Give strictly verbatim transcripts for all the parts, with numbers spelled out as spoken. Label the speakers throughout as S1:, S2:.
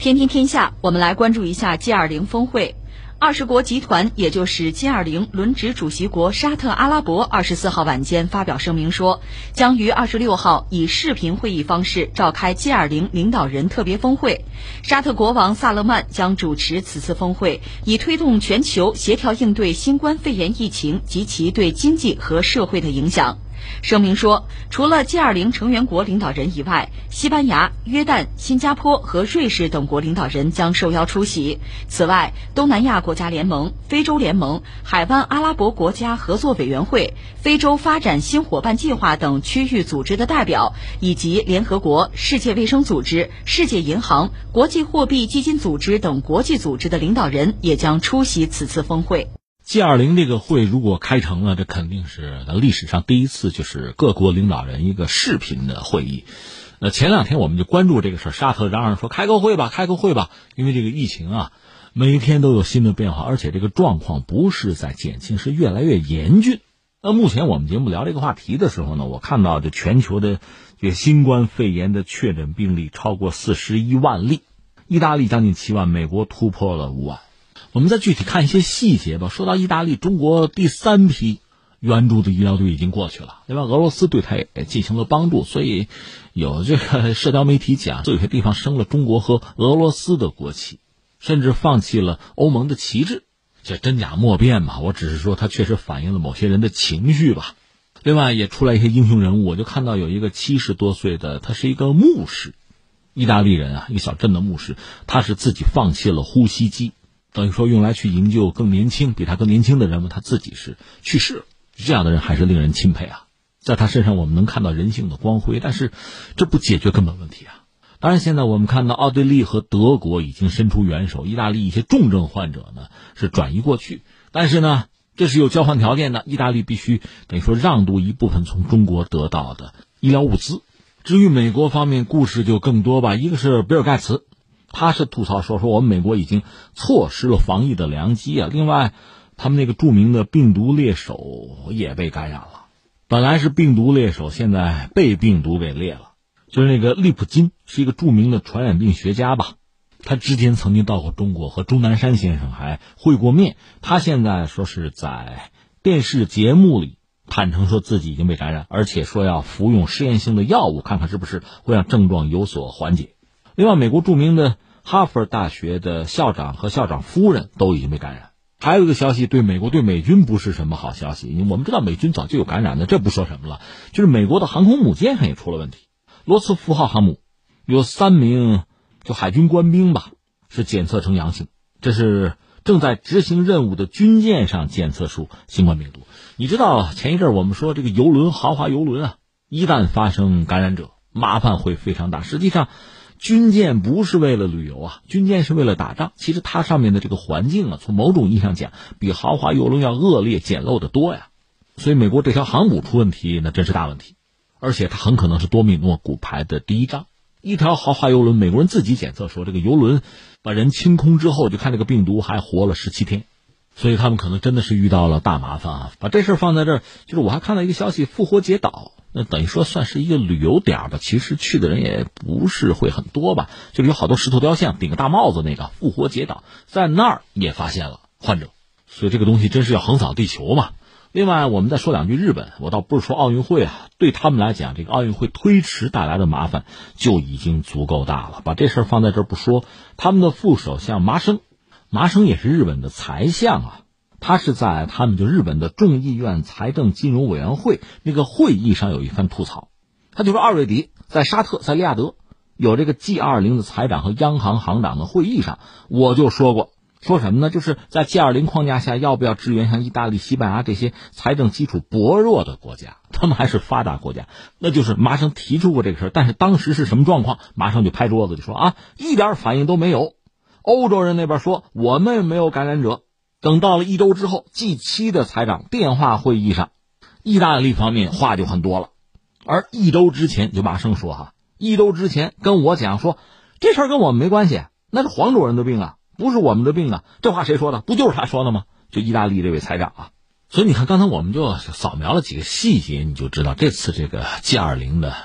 S1: 天天天下，我们来关注一下 G 二十 峰会。二十国集团，也就是 G 二十 轮值主席国沙特阿拉伯二十四号晚间发表声明说，将于二十六号以视频会议方式召开 G 二十 领导人特别峰会。沙特国王萨勒曼将主持此次峰会，以推动全球协调应对新冠肺炎疫情及其对经济和社会的影响。声明说，除了 G 二十 成员国领导人以外，西班牙、约旦、新加坡和瑞士等国领导人将受邀出席。此外，东南亚国家联盟、非洲联盟、海湾阿拉伯国家合作委员会、非洲发展新伙伴计划等区域组织的代表，以及联合国、世界卫生组织、世界银行、国际货币基金组织等国际组织的领导人也将出席此次峰会。
S2: G 二十 这个会如果开成了，这肯定是在历史上第一次，就是各国领导人一个视频的会议。呃，前两天我们就关注这个事儿，沙特嚷嚷说开个会吧，开个会吧，因为这个疫情啊，每天都有新的变化，而且这个状况不是在减轻，是越来越严峻。那目前我们节目聊这个话题的时候呢，我看到这全球的这个新冠肺炎的确诊病例超过四十一万例，意大利将近七万，美国突破了五万。我们再具体看一些细节吧。说到意大利，中国第三批援助的医疗队已经过去了，对吧？俄罗斯对他也进行了帮助，所以有这个社交媒体讲，有些地方升了中国和俄罗斯的国旗，甚至放弃了欧盟的旗帜。这真假莫辨嘛，我只是说它确实反映了某些人的情绪吧。另外也出来一些英雄人物，我就看到有一个七十多岁的，他是一个牧师，意大利人啊，一个小镇的牧师，他是自己放弃了呼吸机，等于说用来去营救更年轻比他更年轻的人物，他自己是去世了。这样的人还是令人钦佩啊，在他身上我们能看到人性的光辉，但是这不解决根本问题啊。当然现在我们看到奥地利和德国已经伸出援手，意大利一些重症患者呢是转移过去，但是呢这是有交换条件的，意大利必须等于说让渡一部分从中国得到的医疗物资。至于美国方面故事就更多吧，一个是比尔盖茨，他是吐槽说说我们美国已经错失了防疫的良机啊。另外他们那个著名的病毒猎手也被感染了，本来是病毒猎手，现在被病毒给猎了。就是那个利普金是一个著名的传染病学家吧，他之前曾经到过中国，和钟南山先生还会过面。他现在说是在电视节目里坦诚说自己已经被感染，而且说要服用实验性的药物，看看是不是会让症状有所缓解。另外美国著名的哈佛大学的校长和校长夫人都已经被感染。还有一个消息对美国对美军不是什么好消息，我们知道美军早就有感染的，这不说什么了，就是美国的航空母舰上也出了问题。罗斯福号航母有三名就海军官兵吧是检测成阳性，这是正在执行任务的军舰上检测出新冠病毒。你知道前一阵我们说这个邮轮豪华邮轮啊，一旦发生感染者麻烦会非常大。实际上军舰不是为了旅游啊，军舰是为了打仗。其实它上面的这个环境啊，从某种意义上讲比豪华邮轮要恶劣简陋的多呀。所以美国这条航母出问题那真是大问题，而且它很可能是多米诺骨牌的第一章。一条豪华邮轮，美国人自己检测说这个邮轮把人清空之后，就看这个病毒还活了十七天，所以他们可能真的是遇到了大麻烦啊。把这事放在这儿，就是我还看到一个消息，复活节岛那等于说算是一个旅游点吧，其实去的人也不是会很多吧，就是有好多石头雕像，顶个大帽子那个复活节岛，在那儿也发现了患者，所以这个东西真是要横扫地球嘛。另外我们再说两句日本，我倒不是说奥运会啊，对他们来讲这个奥运会推迟带来的麻烦就已经足够大了。把这事儿放在这儿不说，他们的副首相麻生，麻生也是日本的财相啊，他是在他们就日本的众议院财政金融委员会那个会议上有一番吐槽。他就说二月底在沙特在利雅得有这个 G 二十 的财长和央行行长的会议上，我就说过说什么呢？就是在 G 二十 框架下要不要支援像意大利、西班牙这些财政基础薄弱的国家，他们还是发达国家。那就是麻生提出过这个事儿，但是当时是什么状况？麻生就拍桌子就说啊，一点反应都没有。欧洲人那边说我们没有感染者。等到了一周之后 G 七 的财长电话会议上，意大利方面话就很多了。而一周之前就麻生说哈，一周之前跟我讲说这事儿跟我们没关系，那是黄种人的病啊，不是我们的病啊。这话谁说的？不就是他说的吗？就意大利这位财长啊。所以你看刚才我们就扫描了几个细节，你就知道这次这个 G 二十 的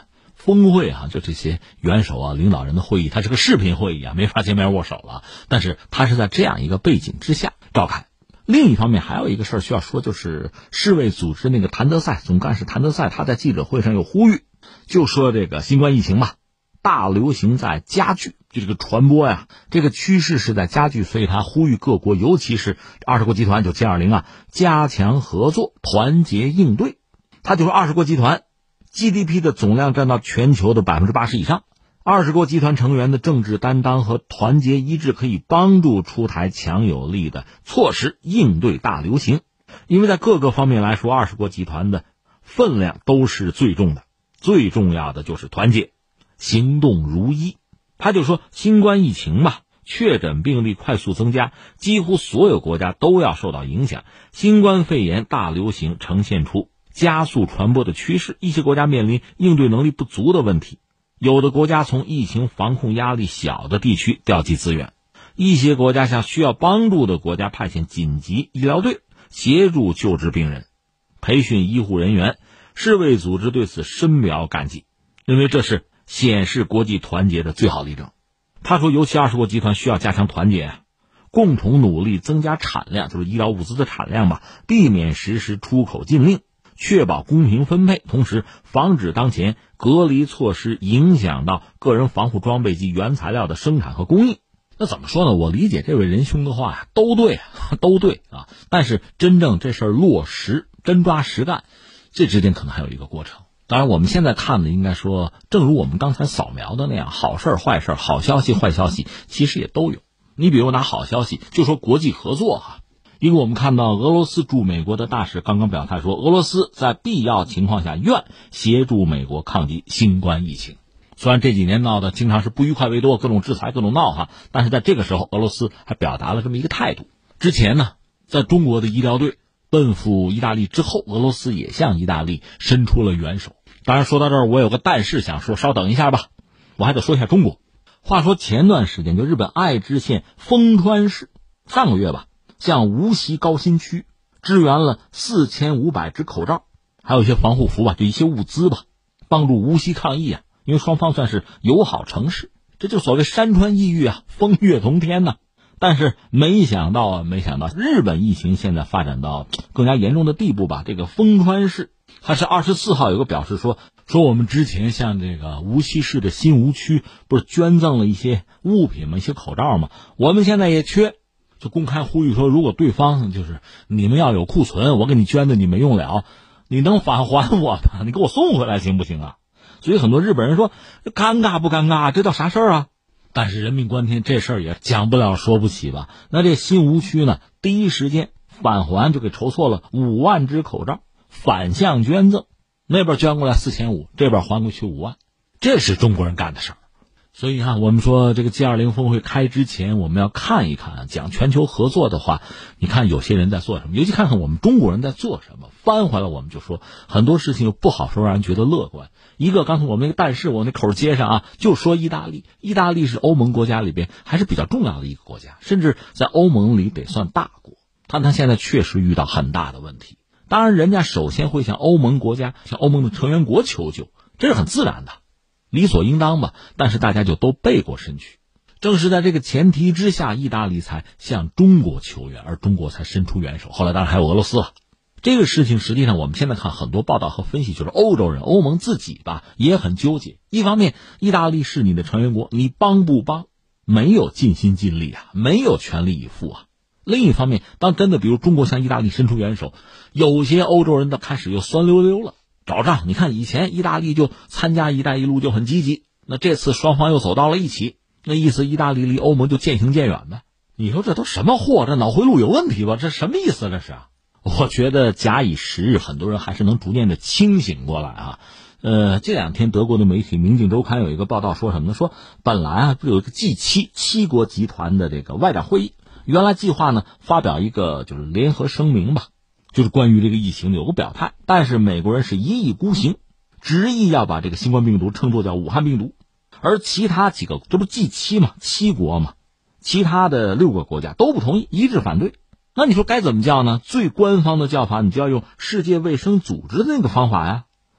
S2: 峰会啊，就这些元首啊、领导人的会议，它是个视频会议啊，没法见面握手了。但是它是在这样一个背景之下召开。另一方面，还有一个事儿需要说，就是世卫组织那个谭德赛总干事谭德赛，他在记者会上又呼吁，就说这个新冠疫情吧，大流行在加剧，就这个传播呀，这个趋势是在加剧，所以他呼吁各国，尤其是二十国集团，就 G 二十 啊，加强合作，团结应对。他就说，二十国集团 G D P 的总量占到全球的百分之八十以上。二十国集团成员的政治担当和团结一致，可以帮助出台强有力的措施应对大流行。因为在各个方面来说，二十国集团的分量都是最重的，最重要的就是团结，行动如一。他就说，新冠疫情吧，确诊病例快速增加，几乎所有国家都要受到影响。新冠肺炎大流行呈现出加速传播的趋势，一些国家面临应对能力不足的问题。有的国家从疫情防控压力小的地区调集资源，一些国家向需要帮助的国家派遣紧急医疗队协助救治病人，培训医护人员。世卫组织对此深表感激，认为这是显示国际团结的最好例证。他说，尤其二十国集团需要加强团结啊，共同努力增加产量，就是医疗物资的产量吧，避免实施出口禁令，确保公平分配，同时防止当前隔离措施影响到个人防护装备及原材料的生产和供应。那怎么说呢？我理解这位仁兄的话呀，都对啊，都对啊。但是真正这事儿落实、真抓实干，这之间可能还有一个过程。当然，我们现在看的应该说，正如我们刚才扫描的那样，好事儿、坏事儿、好消息、坏消息，其实也都有。你比如拿好消息，就说国际合作哈、啊。因为我们看到俄罗斯驻美国的大使刚刚表态说，俄罗斯在必要情况下愿协助美国抗击新冠疫情。虽然这几年闹的经常是不愉快为多，各种制裁各种闹哈，但是在这个时候俄罗斯还表达了这么一个态度。之前呢，在中国的医疗队奔赴意大利之后，俄罗斯也向意大利伸出了援手。当然说到这儿，我有个但是想说，稍等一下吧，我还得说一下中国。话说前段时间就日本爱知县丰川市上个月吧，向无锡高新区支援了四千五百只口罩，还有一些防护服吧，就一些物资吧，帮助无锡抗疫啊。因为双方算是友好城市，这就所谓山川异域啊，风月同天呐、啊。但是没想到啊，没想到日本疫情现在发展到更加严重的地步吧。这个丰川市它是二十四号有个表示说，说我们之前向这个无锡市的新吴区不是捐赠了一些物品吗？一些口罩吗？我们现在也缺。就公开呼吁说，如果对方就是你们要有库存，我给你捐的你没用了，你能返还我吗？你给我送回来行不行啊？所以很多日本人说，尴尬不尴尬？这叫啥事儿啊？但是人命关天，这事儿也讲不了说不起吧。那这新吴区呢，第一时间返还，就给筹措了五万只口罩，反向捐赠，那边捐过来四千五，这边还过去五万，这是中国人干的事儿。所以啊，我们说这个 G 二十 峰会开之前，我们要看一看，讲全球合作的话，你看有些人在做什么，尤其看看我们中国人在做什么。翻回来我们就说，很多事情不好说让人觉得乐观。一个刚才我们那个但是我那口接上啊，就说意大利，意大利是欧盟国家里边还是比较重要的一个国家，甚至在欧盟里得算大国。但他现在确实遇到很大的问题。当然人家首先会向欧盟国家，向欧盟的成员国求救，这是很自然的，理所应当吧，但是大家就都背过身去。正是在这个前提之下，意大利才向中国求援，而中国才伸出援手。后来当然还有俄罗斯了。这个事情实际上我们现在看很多报道和分析，就是欧洲人、欧盟自己吧也很纠结。一方面，意大利是你的成员国，你帮不帮？没有尽心尽力啊，没有全力以赴啊。另一方面，当真的比如中国向意大利伸出援手，有些欧洲人都开始又酸溜溜了。找账，你看以前意大利就参加一带一路就很积极，那这次双方又走到了一起，那意思意大利离欧盟就渐行渐远呗。你说这都什么货？这脑回路有问题吧？这什么意思这是啊？我觉得假以时日，很多人还是能逐渐的清醒过来啊。呃，这两天德国的媒体《明镜周刊》有一个报道说什么呢？说本来啊有一个 G 七 七国集团的这个外长会议，原来计划呢发表一个就是联合声明吧，就是关于这个疫情有个表态，但是美国人是一意孤行，执意要把这个新冠病毒称作叫武汉病毒，而其他几个这不 G 七 嘛，七国嘛，其他的六个国家都不同意，一致反对。那你说该怎么叫呢？最官方的叫法，你就要用世界卫生组织的那个方法呀，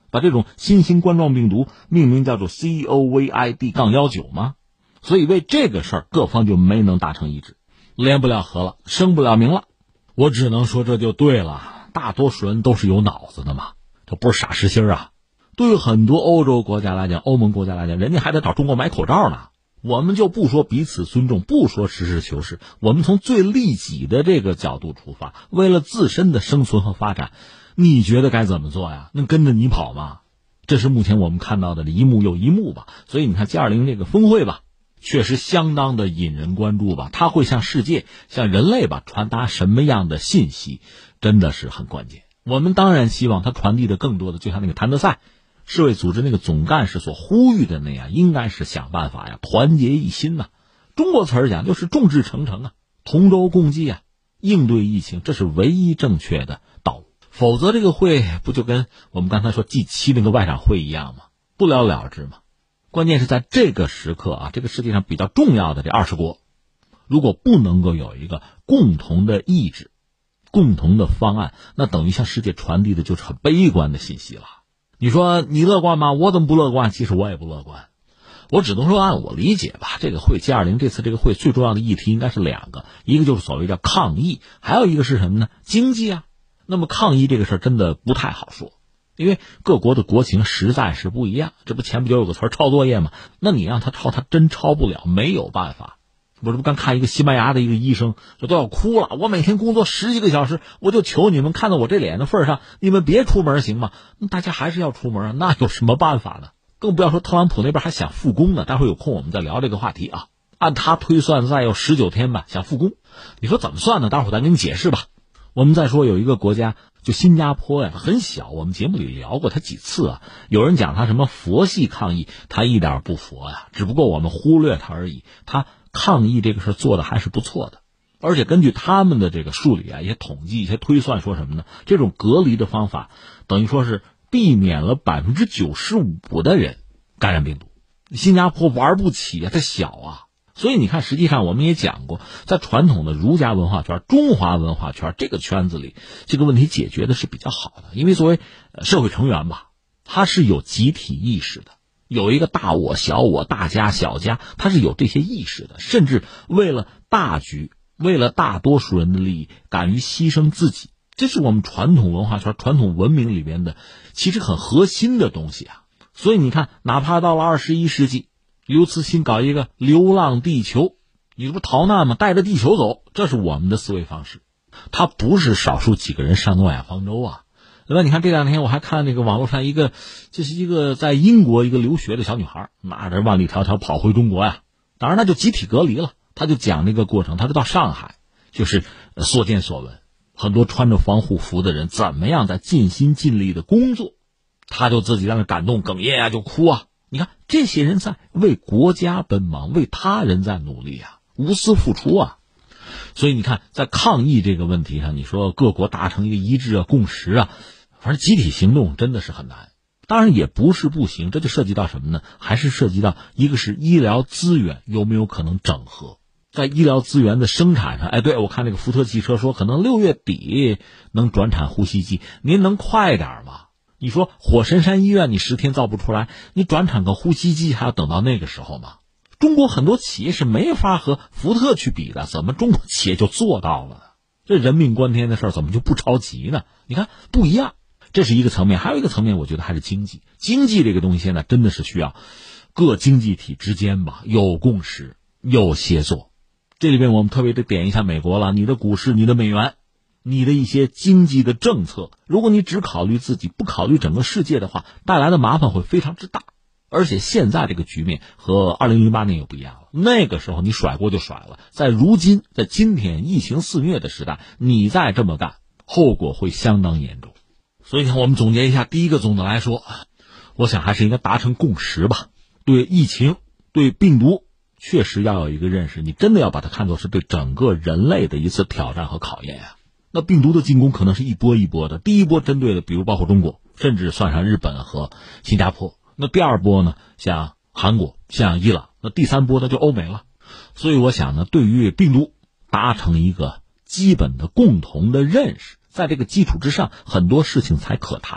S2: 把这种新型冠状病毒命名叫做 C O V I D 十九 吗？所以为这个事儿，各方就没能达成一致，连不了合了，声不了名了。我只能说这就对了，大多数人都是有脑子的嘛，这不是傻实心啊。对于很多欧洲国家来讲，欧盟国家来讲，人家还得找中国买口罩呢。我们就不说彼此尊重，不说实事求是，我们从最利己的这个角度出发，为了自身的生存和发展，你觉得该怎么做呀？能跟着你跑吗？这是目前我们看到的一幕又一幕吧。所以你看 G 二十 这个峰会吧，确实相当的引人关注吧。它会向世界、向人类吧传达什么样的信息，真的是很关键。我们当然希望它传递的更多的，就像那个谭德赛世卫组织那个总干事所呼吁的那样，应该是想办法呀，团结一心呐、啊。中国词儿讲就是众志成城啊，同舟共济啊，应对疫情，这是唯一正确的道路。否则这个会不就跟我们刚才说 G 七 那个外长会一样吗？不了了之吗？关键是在这个时刻啊，这个世界上比较重要的这二十国，如果不能够有一个共同的意志、共同的方案，那等于向世界传递的就是很悲观的信息了。你说你乐观吗？我怎么不乐观？其实我也不乐观。我只能说按我理解吧，这个会 G 二十 这次这个会最重要的议题应该是两个，一个就是所谓叫抗疫，还有一个是什么呢？经济啊。那么抗疫这个事儿真的不太好说，因为各国的国情实在是不一样。这不前不久有个词儿抄作业吗？那你让他抄，他真抄不了，没有办法。我这不刚看一个西班牙的一个医生，这都要哭了。我每天工作十几个小时，我就求你们看到我这脸的份上，你们别出门行吗？那大家还是要出门啊，那有什么办法呢？更不要说特朗普那边还想复工呢。待会儿有空我们再聊这个话题啊。按他推算，再有十九天吧，想复工。你说怎么算呢？待会儿咱给你解释吧。我们再说有一个国家，就新加坡呀，很小，我们节目里聊过他几次啊。有人讲他什么佛系抗疫，他一点不佛呀，只不过我们忽略他而已。他抗疫这个事做的还是不错的，而且根据他们的这个数理啊，一些统计、一些推算，说什么呢？这种隔离的方法，等于说是避免了百分之九十五的人感染病毒。新加坡玩不起啊，它小啊。所以你看，实际上我们也讲过，在传统的儒家文化圈、中华文化圈这个圈子里，这个问题解决的是比较好的。因为作为社会成员吧，他是有集体意识的，有一个大我、小我、大家、小家，他是有这些意识的，甚至为了大局、为了大多数人的利益，敢于牺牲自己。这是我们传统文化圈、传统文明里边的其实很核心的东西啊。所以你看，哪怕到了二十一世纪，刘慈欣搞一个流浪地球，你这不逃难吗？带着地球走，这是我们的思维方式。他不是少数几个人上诺亚方舟啊。对吧？你看这两天我还看那个网络上一个，这是一个在英国一个留学的小女孩，拿着万里迢迢跑回中国呀。当然她就集体隔离了。她就讲那个过程，她就到上海，就是所见所闻，很多穿着防护服的人怎么样在尽心尽力的工作，她就自己在那感动哽咽啊，就哭啊。你看这些人在为国家奔忙，为他人在努力啊，无私付出啊。所以你看，在抗疫这个问题上，你说各国达成一个一致啊、共识啊，反正集体行动真的是很难。当然也不是不行，这就涉及到什么呢？还是涉及到一个是医疗资源有没有可能整合。在医疗资源的生产上，哎，对，我看那个福特汽车说可能六月底能转产呼吸机，您能快点吗？你说火神山医院你十天造不出来，你转产个呼吸机还要等到那个时候吗？中国很多企业是没法和福特去比的，怎么中国企业就做到了呢？这人命关天的事儿怎么就不着急呢？你看不一样，这是一个层面。还有一个层面我觉得还是经济。经济这个东西现在真的是需要各经济体之间吧有共识有协作。这里边我们特别得点一下美国了，你的股市、你的美元、你的一些经济的政策，如果你只考虑自己不考虑整个世界的话，带来的麻烦会非常之大。而且现在这个局面和二零零八年又不一样了，那个时候你甩锅就甩了，在如今在今天疫情肆虐的时代，你再这么干后果会相当严重。所以我们总结一下，第一个总的来说，我想还是应该达成共识吧。对疫情对病毒确实要有一个认识，你真的要把它看作是对整个人类的一次挑战和考验啊。那病毒的进攻可能是一波一波的，第一波针对的比如包括中国，甚至算上日本和新加坡。那第二波呢，像韩国、像伊朗，那第三波呢就欧美了。所以我想呢，对于病毒达成一个基本的共同的认识，在这个基础之上，很多事情才可谈。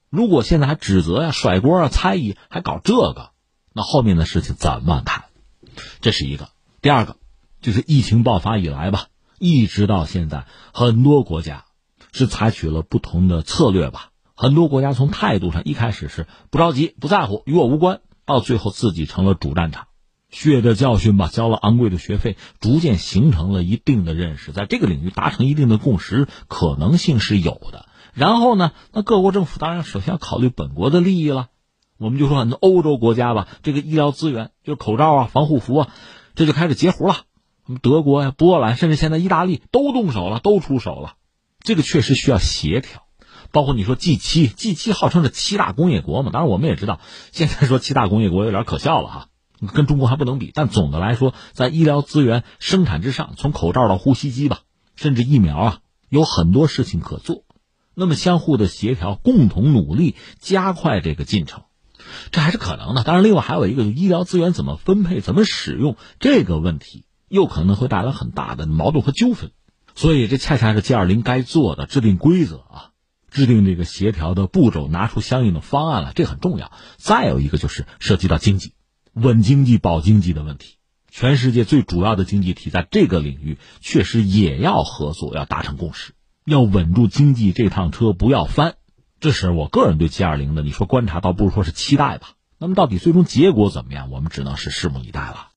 S2: 如果现在还指责呀、甩锅啊、猜疑，还搞这个，那后面的事情怎么谈？这是一个。第二个就是疫情爆发以来吧，一直到现在，很多国家是采取了不同的策略吧。很多国家从态度上一开始是不着急、不在乎、与我无关，到最后自己成了主战场，血的教训吧，交了昂贵的学费，逐渐形成了一定的认识，在这个领域达成一定的共识，可能性是有的。然后呢，那各国政府当然首先要考虑本国的利益了。我们就说很多欧洲国家吧，这个医疗资源就是口罩啊、防护服啊，这就开始截胡了。德国呀、波兰，甚至现在意大利都动手了，都出手了。这个确实需要协调。包括你说 G 七 G 七 号称是七大工业国嘛，当然我们也知道现在说七大工业国有点可笑了哈，跟中国还不能比。但总的来说，在医疗资源生产之上，从口罩到呼吸机吧，甚至疫苗啊，有很多事情可做。那么相互的协调，共同努力，加快这个进程，这还是可能的。当然另外还有一个，医疗资源怎么分配、怎么使用这个问题，又可能会带来很大的矛盾和纠纷。所以这恰恰是 G 二十 该做的，制定规则啊，制定这个协调的步骤，拿出相应的方案了，这很重要。再有一个就是涉及到经济，稳经济、保经济的问题。全世界最主要的经济体在这个领域确实也要合作，要达成共识，要稳住经济这趟车不要翻。这是我个人对 G 二十 的，你说观察倒不如说是期待吧。那么到底最终结果怎么样，我们只能是拭目以待了。